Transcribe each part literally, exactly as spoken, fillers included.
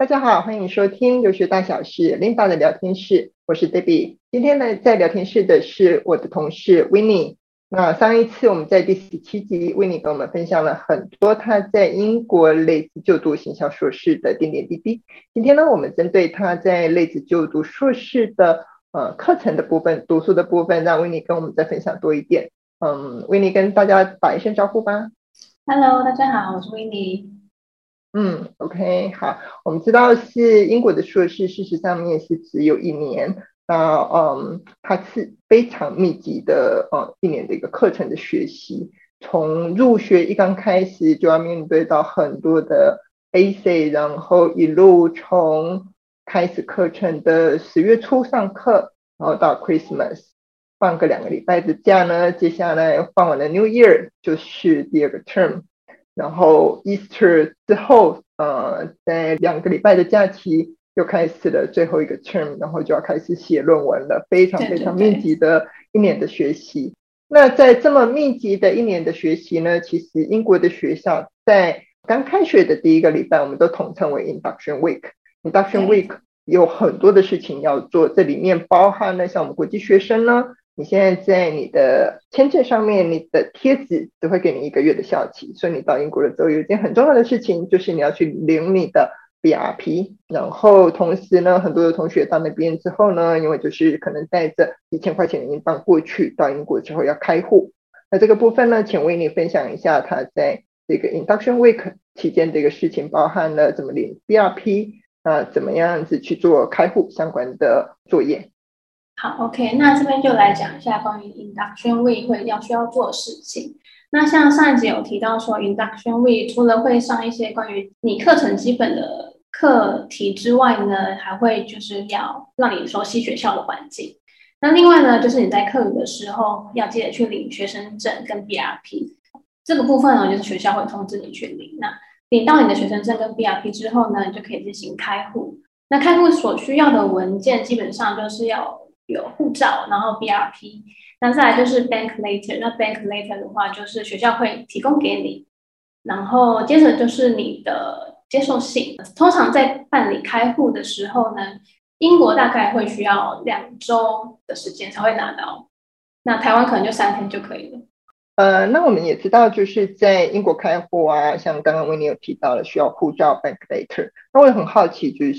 大家好，欢迎收听留学大小事 Linda 的聊天室，我是 Debbie。今天呢，在聊天室的是我的同事 Winnie。那上一次我们在第十七集 Winnie 跟我们分享了很多他在英国类似就读行销硕士的点点滴滴。今天呢，我们针对他在类似就读硕士的呃课程的部分、读书的部分，让 Winnie 跟我们再分享多一点。嗯，Winnie 跟大家打一声招呼吧。 Hello，大家好，我是 Winnie。 嗯，OK，好，我们知道是英国的硕士，事实上面是只有一年，那嗯，它是非常密集的，呃，一年的一个课程的学习，从入学一刚开始就要面对到很多的 essay，然后一路从开始课程的十月初上课，然后到 Christmas，放个两个礼拜的假呢，接下来放完了 New Year 就是第二个 term。然后 Easter 之后，呃，在两个礼拜的假期又开始了最后一个 term，然后就要开始写论文了，非常非常密集的一年的学习。那在这么密集的一年的学习呢，其实英国的学校在刚开学的第一个礼拜，我们都统称为 Induction Week。Induction Week 有很多的事情要做，这里面包含了像我们国际学生呢。你现在在你的签证上面，你的贴纸只会给你一个月的效期，所以你到英国了之后，有一件很重要的事情，就是你要去领你的 B R P。然后同时呢，很多的同学到那边之后呢，因为就是可能带着几千块钱的英镑过去，到英国之后要开户。那这个部分呢，请为你分享一下他在这个 Induction Week 期间这个事情，包含了怎么领 B R P， 啊，怎么样子去做开户相关的作业。 好 ，OK， 那这边就来讲一下关于 Induction Week 会要需要做的事情。那像上一集有提到说 ，Induction Week 除了会上一些关于你课程基本的课题之外呢，还会就是要让你熟悉学校的环境。那另外呢，就是你在课余的时候要记得去领学生证跟 B R P。这个部分呢，就是学校会通知你去领。那领到你的学生证跟 B R P 之后呢，你就可以进行开户。那开户所需要的文件基本上就是要有护照，然后 B R P， 那再来就是 bank letter。那 bank letter 的话，就是学校会提供给你，然后接着就是你的接受信。通常在办理开户的时候呢，英国大概会需要两周的时间才会拿到，那台湾可能就三天就可以了。 呃，那我们也知道，就是在英国开户啊，像刚刚维尼有提到了，需要护照 bank letter。那我也很好奇，就是，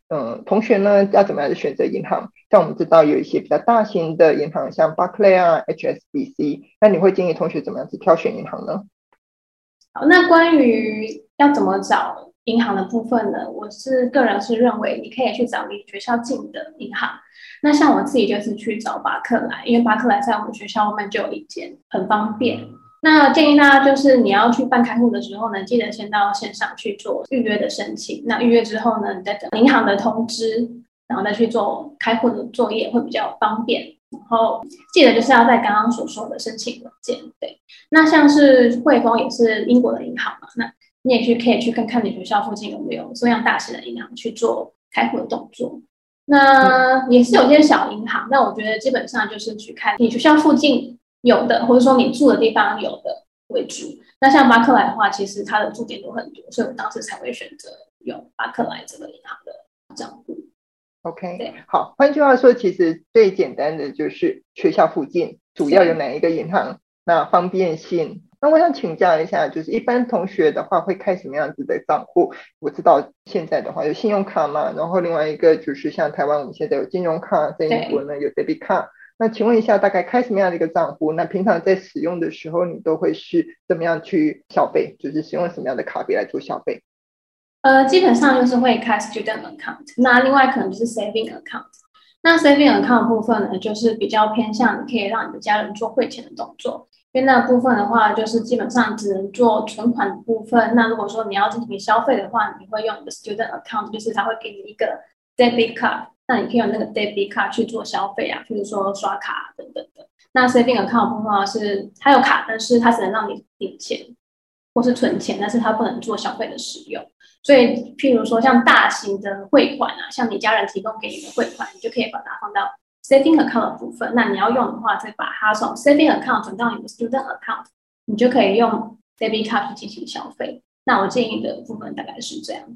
嗯，同学呢要怎么样的选择银行？像我们知道有一些比较大型的银行，像 Barclays 啊、H S B C， 那你会建议同学怎么样子挑选银行呢？ 好，那关于要怎么找银行的部分呢，我是个人是认为你可以去找离学校近的银行。那像我自己就是去找巴克莱，因为巴克莱在我们学校外面就有一间，很方便。那建议大家就是你要去办开户的时候呢，记得先到线上去做预约的申请。那预约之后呢，你再等银行的通知，然后再去做开户的作业会比较方便。然后记得就是要在刚刚所说的申请文件。对，那像是汇丰也是英国的银行嘛，那你也去可以去看看你学校附近有没有这样大型的银行去做开户的动作。那也是有些小银行，那我觉得基本上就是去看你学校附近有的，或者说你住的地方有的为主。那像巴克莱的话，其实它的驻点都很多，所以我当时才会选择用巴克莱这个银行的账户。 OK， 好，换句话说，其实最简单的就是学校附近主要有哪一个银行，那方便性。那我想请教一下，就是一般同学的话会开什么样子的账户？我知道现在的话有信用卡嘛，然后另外一个就是像台湾我们现在有金融卡，在英国呢有 debit 卡。那请问一下，大概开什么样的一个账户？那平常在使用的时候，你都会是怎么样去消费？就是使用什么样的卡币来做消费？ 呃，基本上就是会开 student account，那另外可能就是 saving account。那 saving account 部分呢，就是比较偏向你可以让你的家人做汇钱的动作，因为那部分的话，就是基本上只能做存款的部分。那如果说你要进行消费的话，你会用你的 student account， 就是它会给你一个 debit card， 那你可以用那个 debit card 去做消费啊，比如说刷卡等等的。那 saving account 部分是它有卡，但是它只能让你领钱或是存钱，但是它不能做消费的使用。所以譬如说像大型的汇款啊，像你家人提供给你的汇款，你就可以把它放到 saving account 的部分。那你要用的话，再把它从 saving account 转到你的 student account， 你就可以用 debit card 去进行消费。那我建议的部分大概是这样子。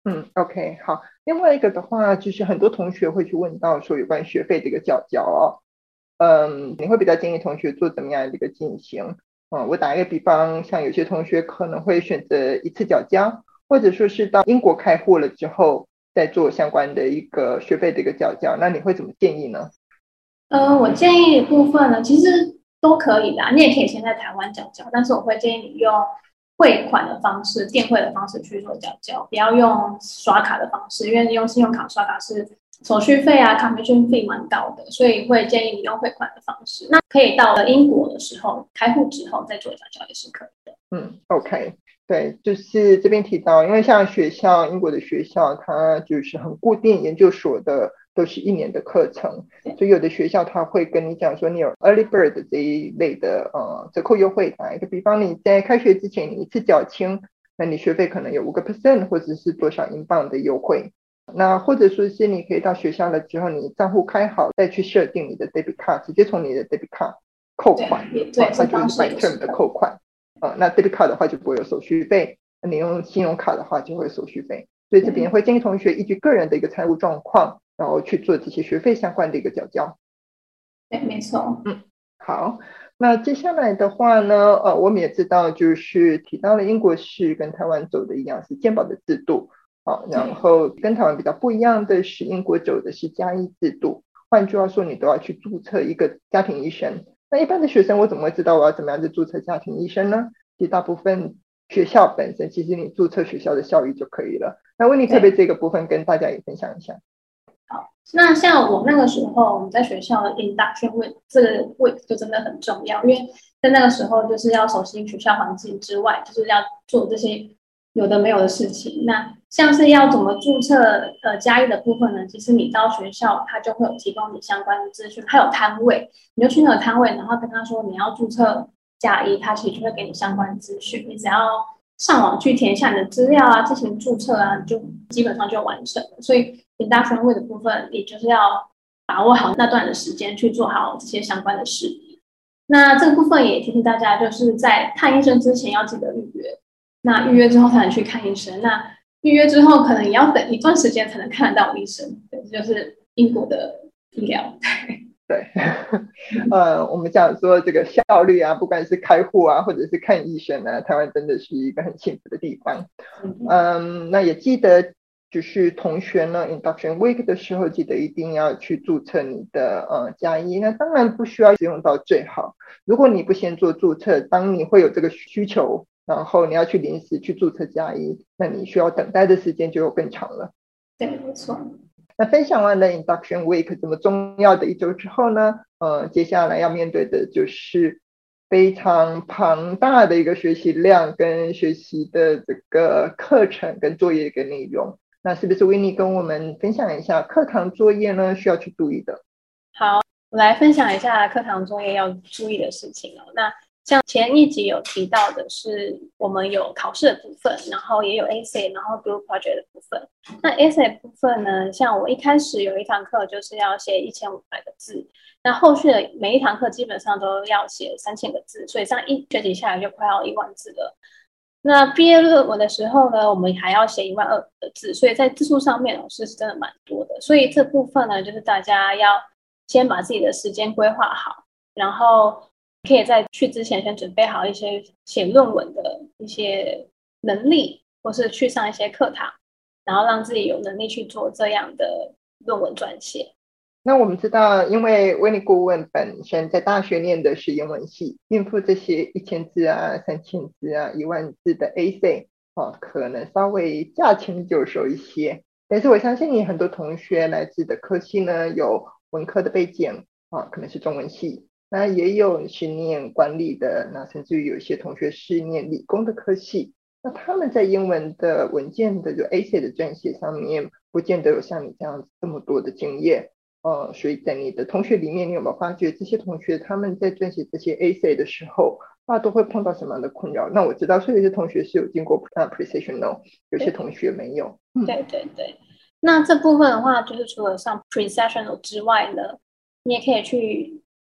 嗯，OK，好。另外一个的话，就是很多同学会去问到说有关学费的一个缴交哦。嗯，你会比较建议同学做怎么样的一个进行？嗯，我打一个比方，像有些同学可能会选择一次缴交，或者说是到英国开户了之后再做相关的一个学费的一个缴交，那你会怎么建议呢？ 呃，我建议的部分呢，其实都可以的啊，你也可以先在台湾缴交，但是我会建议你用汇款的方式、电汇的方式去做缴交，不要用刷卡的方式，因为用信用卡刷卡是手续费啊、commission fee 蛮高的，所以会建议你用汇款的方式。那可以到了英国的时候开户之后再做缴交也是可以的。 嗯，OK，对，就是这边提到，因为像学校，英国的学校，它就是很固定，研究所的都是一年的课程，所以有的学校它会跟你讲说，你有 early bird 这一类的呃折扣优惠。打一个比方，你在开学之前你一次缴清，那你学费可能有五个 percent 或者是多少英镑的优惠。那或者说是你可以到学校了之后，你账户开好，再去设定你的 debit card，直接从你的 debit card 扣款， 对，对， 啊，它就是这方式 by 也是 term 的可以。 扣款。呃，那 debit card 的话就不会有手续费，那你用信用卡的话就会有手续费，所以这边会建议同学依据个人的一个财务状况，然后去做这些学费相关的一个缴交。 对，没错。 嗯，好，那接下来的话呢，呃，我们也知道就是提到了英国是跟台湾走的一样是健保的制度，好，然后跟台湾比较不一样的是英国走的是家医制度，换句话说，你都要去注册一个家庭医生。那一般的学生我怎么会知道我要怎么样去注册家庭医生呢？其实大部分学校本身，其实你注册学校的校医就可以了。那为你特别这个部分跟大家也分享一下。 好，那像我那个时候，我们在学校的 induction week 这个 week 就真的很重要，因为在那个时候就是要熟悉学校环境之外，就是要做这些有的没有的事情。那像是要怎么注册呃家医的部分呢？其实你到学校，他就会有提供你相关的资讯，还有摊位，你就去那个摊位，然后跟他说你要注册家医，他其实就会给你相关的资讯，你只要上网去填一下你的资料啊，进行注册啊，你就基本上就完成了。所以 induction week 的部分，也就是要把握好那段的时间去做好这些相关的事宜。那这个部分也提醒大家，就是在看医生之前要记得预约。那预约之后才能去看医生。那预约之后可能也要等一段时间才能看得到医生。对，这就是英国的医疗。 对，呃，我们讲说这个效率啊，不管是开户啊，或者是看医生啊，台湾真的是一个很幸福的地方。嗯，那也记得就是同学呢 induction week 的时候，记得一定要去注册你的呃家医。那当然不需要使用到最好，如果你不先做注册，当你会有这个需求，然后你要去临时去注册家医，那你需要等待的时间就有更长了。 对，没错。 那分享完了 induction week 这么重要的一周之后呢，呃，接下来要面对的就是非常庞大的一个学习量跟学习的这个课程跟作业跟内容。那是不是 Winnie 跟我们分享一下课堂作业呢需要去注意的？ 好，我来分享一下课堂作业要注意的事情哦。那像前一集有提到的是，我们有考试的部分，然后也有 essay， 然后 group project 的部分。那 essay 部分呢，像我一开始有一堂课就是要写一千五百个字，那后续的每一堂课基本上都要写三千个字，所以这样一学期下来就快要一万字了。那毕业论文的时候呢，我们还要写一万二的字，所以在字数上面是真的蛮多的。所以这部分呢，就是大家要先把自己的时间规划好，然后可以在去之前先准备好一些写论文的一些能力，或是去上一些课堂，然后让自己有能力去做这样的论文撰写。 那我们知道，因为威尼顾问本身在大学念的是英文系，应付这些一千字啊、三千字啊、一万字的 essay， 哦，可能稍微价钱就收一些。但是我相信你很多同学来自的科系呢，有文科的背景啊，可能是中文系，那也有是念管理的，那甚至于有些同学是念理工的科系。那他们在英文的文件的就 essay 的撰写上面，不见得有像你这样子这么多的经验。呃，所以在你的同学里面，你有没有发觉这些同学他们在撰写这些 essay 的时候，大都会碰到什么样的困扰？那我知道，所以有些同学是有经过呃 precisional， 有些同学没有。 嗯、对对对。那这部分的话，就是除了上 precisional 之外呢，你也可以去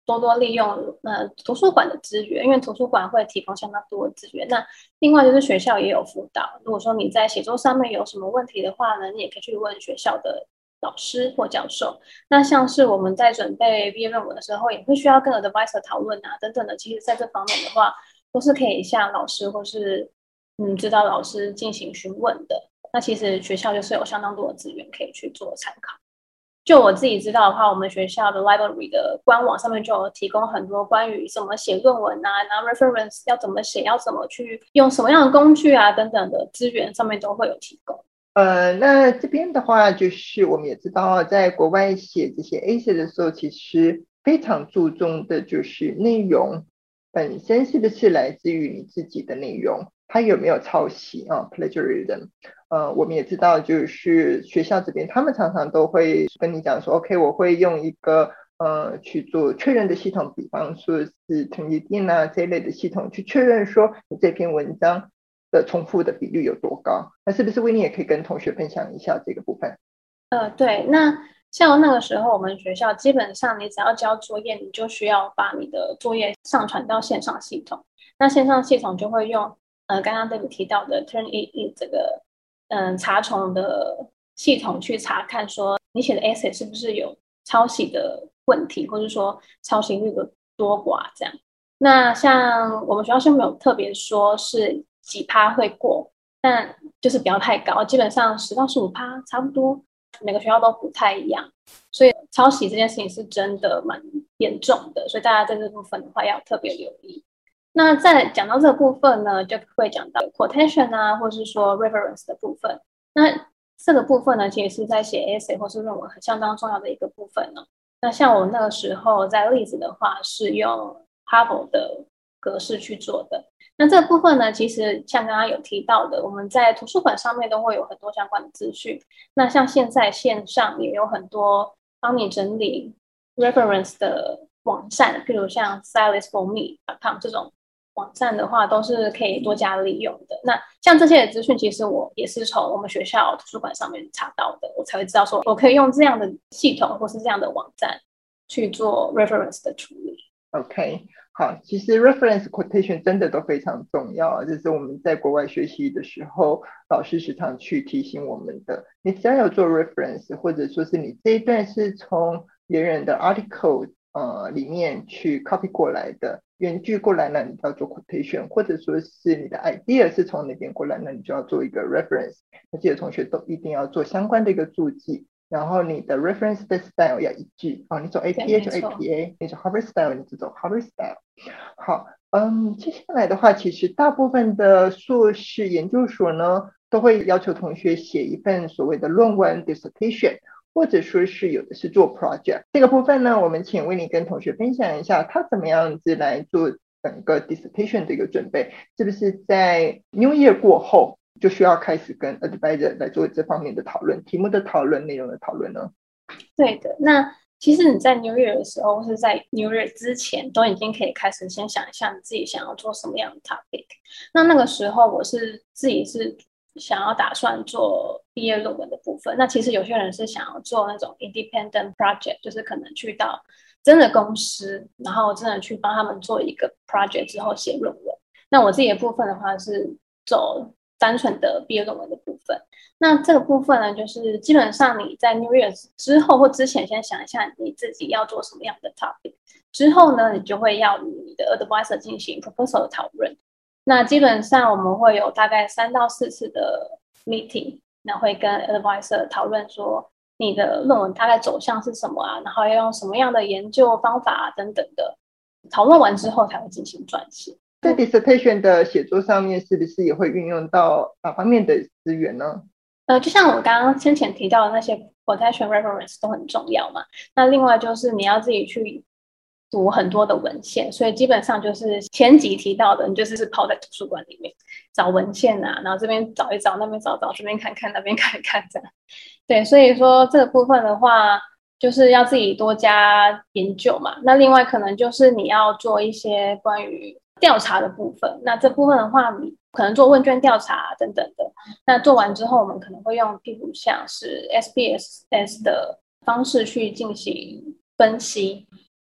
多多利用呃图书馆的资源，因为图书馆会提供相当多的资源。那另外就是学校也有辅导，如果说你在写作上面有什么问题的话呢，你也可以去问学校的老师或教授。那像是我们在准备毕业论文的时候，也会需要跟 advisor 讨论啊等等的。其实在这方面的话，都是可以向老师或是嗯指导老师进行询问的。那其实学校就是有相当多的资源可以去做参考。就我自己知道的话，我们学校的 library 的官网上面就有提供很多关于怎么写论文啊，然后 reference 要怎么写，要怎么去用什么样的工具啊等等的资源上面都会有提供。 呃，那这边的话，就是我们也知道，在国外写这些 essay 的时候，其实非常注重的就是内容本身是不是来自于你自己的内容，它有没有抄袭啊 plagiarism。呃，我们也知道，就是学校这边他们常常都会跟你讲说 ，OK， 我会用一个呃去做确认的系统，比方说是成绩定啊这一类的系统，去确认说你这篇文章的重复的比率有多高。那是不是威尼也可以跟同学分享一下这个部分？ 呃，对，那像那个时候我们学校基本上你只要交作业，你就需要把你的作业上传到线上系统。那线上系统就会用呃刚刚 David 提到的 Turnitin 这个嗯、呃、查重的系统去查看说你写的 essay 是不是有抄袭的问题，或者说抄袭率的多寡这样。那像我们学校是没有特别说是几趴会过，但就是不要太高，基本上十到十五趴差不多，每个学校都不太一样，所以抄袭这件事情是真的蛮严重的，所以大家在这部分的话要特别留意。那再讲到这个部分呢，就会讲到 quotation 啊，或是说 reference 的部分。那这个部分呢，其实是在写 essay 或是论文很相当重要的一个部分呢。那像我那个时候在例子的话，是用 Hubble 的格式去做的。那这个部分呢，其实像刚刚有提到的，我们在图书馆上面都会有很多相关的资讯。那像现在线上也有很多帮你整理 reference 的网站，譬如像 stylist for me dot com 这种网站的话，都是可以多加利用的。那像这些的资讯，其实我也是从我们学校图书馆上面查到的，我才会知道说我可以用这样的系统或是这样的网站去做 reference 的处理。 OK， 好，其实 reference quotation 真的都非常重要，这是我们在国外学习的时候，老师时常去提醒我们的。你只要有做 reference， 或者说是你这一段是从别人的 article 呃里面去 copy 过来的，原句过来，那你就要做 quotation， 或者说是你的 idea 是从那边过来，那你就要做一个 reference。那这些同学都一定要做相关的一个注记。然后你的 reference 的 style 要一致啊，你走 A P A 就 A P A， 你走 Harvard style 你就走 Harvard style。好，嗯，接下来的话，其实大部分的硕士研究所呢，都会要求同学写一份所谓的论文 dissertation， 或者说是有的是做 project。这个部分呢，我们请威尼跟同学分享一下，他怎么样子来做整个 dissertation 的一个准备，是不是在 New Year 过后？就需要开始跟 advisor 来做这方面的讨论，题目的讨论，内容的讨论呢？ 对的，那其实你在 New Year 的时候，或是在 New Year 之前，都已经可以开始先想一下你自己想要做什么样的 topic。那那个时候，我是自己是想要打算做毕业论文的部分。那其实有些人是想要做那种 independent project， 就是可能去到真的公司，然后真的去帮他们做一个 project 之后写论文。那我自己的部分的话是走单纯的毕业论文的部分。那这个部分呢，就是基本上你在 New Year 之后或之前先想一下你自己要做什么样的 topic， 之后呢，你就会要与你的 advisor 进行 proposal 的讨论。那基本上我们会有大概三到四次的 meeting， 那会跟 advisor 讨论说你的论文大概走向是什么啊，然后要用什么样的研究方法啊等等的。讨论完之后才会进行撰写。 在 dissertation 的写作上面，是不是也会运用到哪方面的资源呢？ 呃，就像我刚刚先前提到的那些 quotation reference 都很重要嘛。那另外就是你要自己去读很多的文献，所以基本上就是前集提到的，你就是泡在图书馆里面找文献啊，然后这边找一找，那边找找，这边看看，那边看看这样。对，所以说这个部分的话，就是要自己多加研究嘛。那另外可能就是你要做一些关于调查的部分，那这部分的话，你可能做问卷调查等等的。那做完之后，我们可能会用譬如像是 S P S S 的方式去进行分析。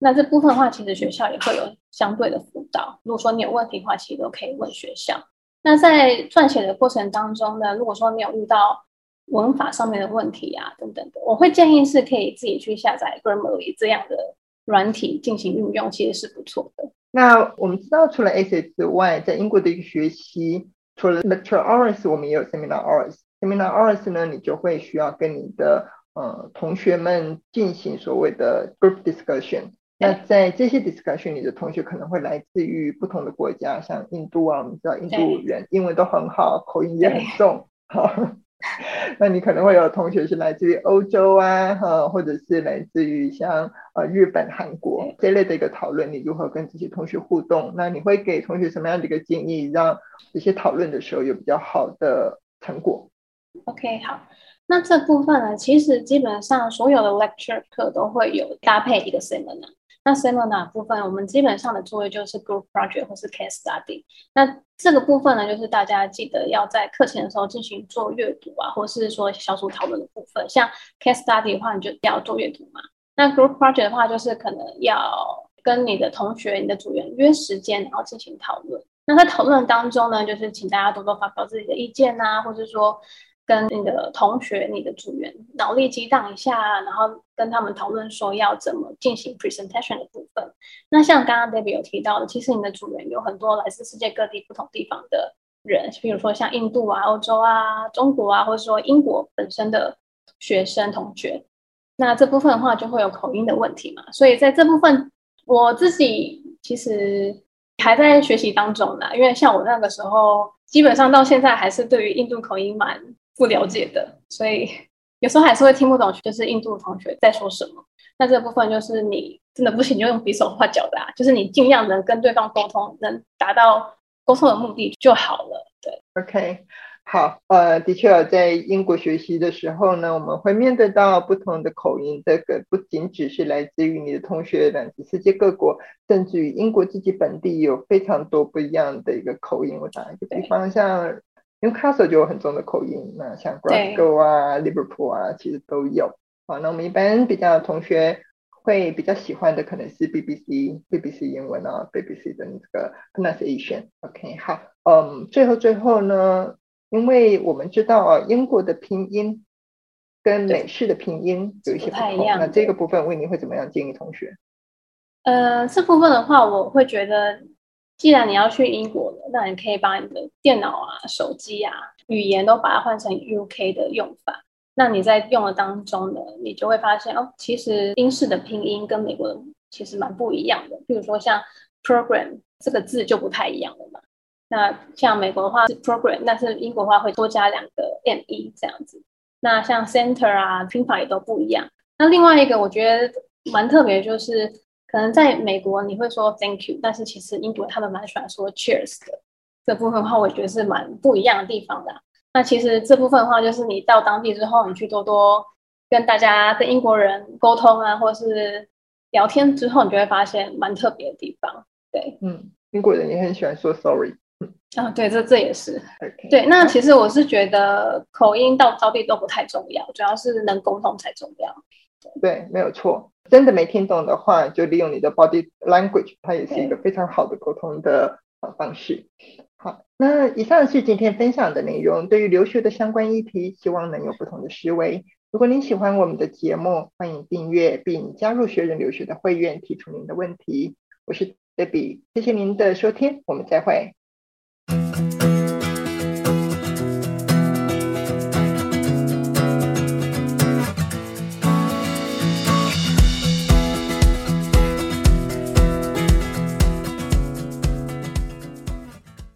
那这部分的话，其实学校也会有相对的辅导。如果说你有问题的话，其实都可以问学校。那在撰写的过程当中呢，如果说你有遇到文法上面的问题啊等等的，我会建议是可以自己去下载 Grammarly 这样的软体进行运用，其实是不错的。 那我们知道除了 essay 之外，在英国的一个学习，除了 lecture hours 我们也有 seminar hours。 seminar hours 呢，你就会需要跟你的呃同学们进行所谓的 group discussion。那在这些 discussion 你的同学可能会来自于不同的国家，像印度啊，我们知道印度人英文都很好，口音也很重。那你可能会有同学是来自于欧洲啊，或者是来自于像呃日本、韩国这类的一个讨论，你如何跟这些同学互动？那你会给同学什么样的一个建议，让这些讨论的时候有比较好的成果？ OK， 好，那这部分呢，其实基本上所有的 lecture 课都会有搭配一个 seminar。那 seminar 部分，我们基本上的作业就是 group project 或是 case study。那这个部分呢，就是大家记得要在课前的时候进行做阅读啊，或是说小组讨论的部分。像 case study 的话，你就要做阅读嘛。那 group project 的话，就是可能要跟你的同学、你的组员约时间，然后进行讨论。那在讨论当中呢，就是请大家多多发表自己的意见啊，或者说跟你的同学、你的组员脑力激荡一下，然后跟他们讨论说要怎么进行 presentation 的部分。那像刚刚 Debbie 有提到的，其实你的组员有很多来自世界各地不同地方的人，比如说像印度啊、欧洲啊、中国啊，或者说英国本身的学生同学。那这部分的话就会有口音的问题嘛，所以在这部分我自己其实还在学习当中啦，因为像我那个时候基本上到现在还是对于印度口音蛮不了解的，所以有时候还是会听不懂就是印度同学在说什么。那这部分就是你真的不行就用比手画脚的啊，就是你尽量能跟对方沟通，能达到沟通的目的就好了。对 OK， 好，呃，的确在英国学习的时候呢，我们会面对到不同的口音，这个不仅只是来自于你的同学，来自世界各国，甚至于英国自己本地有非常多不一样的一个口音。我打一个比方，像 Newcastle 就有很重的口音，那像 Glasgow 啊、Liverpool 啊，其实都有。好，那我们一般比较同学会比较喜欢的可能是 B B C B B C 英文啊 B B C 的这个 pronunciation。 OK， 好，嗯，最后最后呢，因为我们知道啊，英国的拼音跟美式的拼音有一些不同，那这个部分维尼会怎么样建议同学？ 呃，这部分的话，我会觉得既然你要去英国了，那你可以把你的电脑啊、手机啊、语言都把它换成 U K 的用法。那你在用的当中呢，你就会发现哦，其实英式的拼音跟美国的其实蛮不一样的。比如说像 program 这个字就不太一样了嘛。那像美国的话是 program， 但是英国的话会多加两个 M E 这样子。那像 center 啊，拼法也都不一样。那另外一个我觉得蛮特别的就是，可能在美国你会说 thank you， 但是其实英国他们蛮喜欢说 cheers 的。这部分的话，我觉得是蛮不一样的地方的、啊。那其实这部分的话，就是你到当地之后，你去多多跟大家、跟英国人沟通啊，或是聊天之后，你就会发现蛮特别的地方。对， 嗯，英国人也很喜欢说 sorry。 啊，对，这这也是。 Okay. 对，那其实我是觉得口音到当地都不太重要，主要是能沟通才重要。 对，没有错。真的没听懂的话，就利用你的 body language， 它也是一个非常好的沟通的方式。好，那以上是今天分享的内容。对于留学的相关议题，希望能有不同的思维。如果您喜欢我们的节目，欢迎订阅并加入学人留学的会员，提出您的问题。我是 Debbie， 谢谢您的收听，我们再会。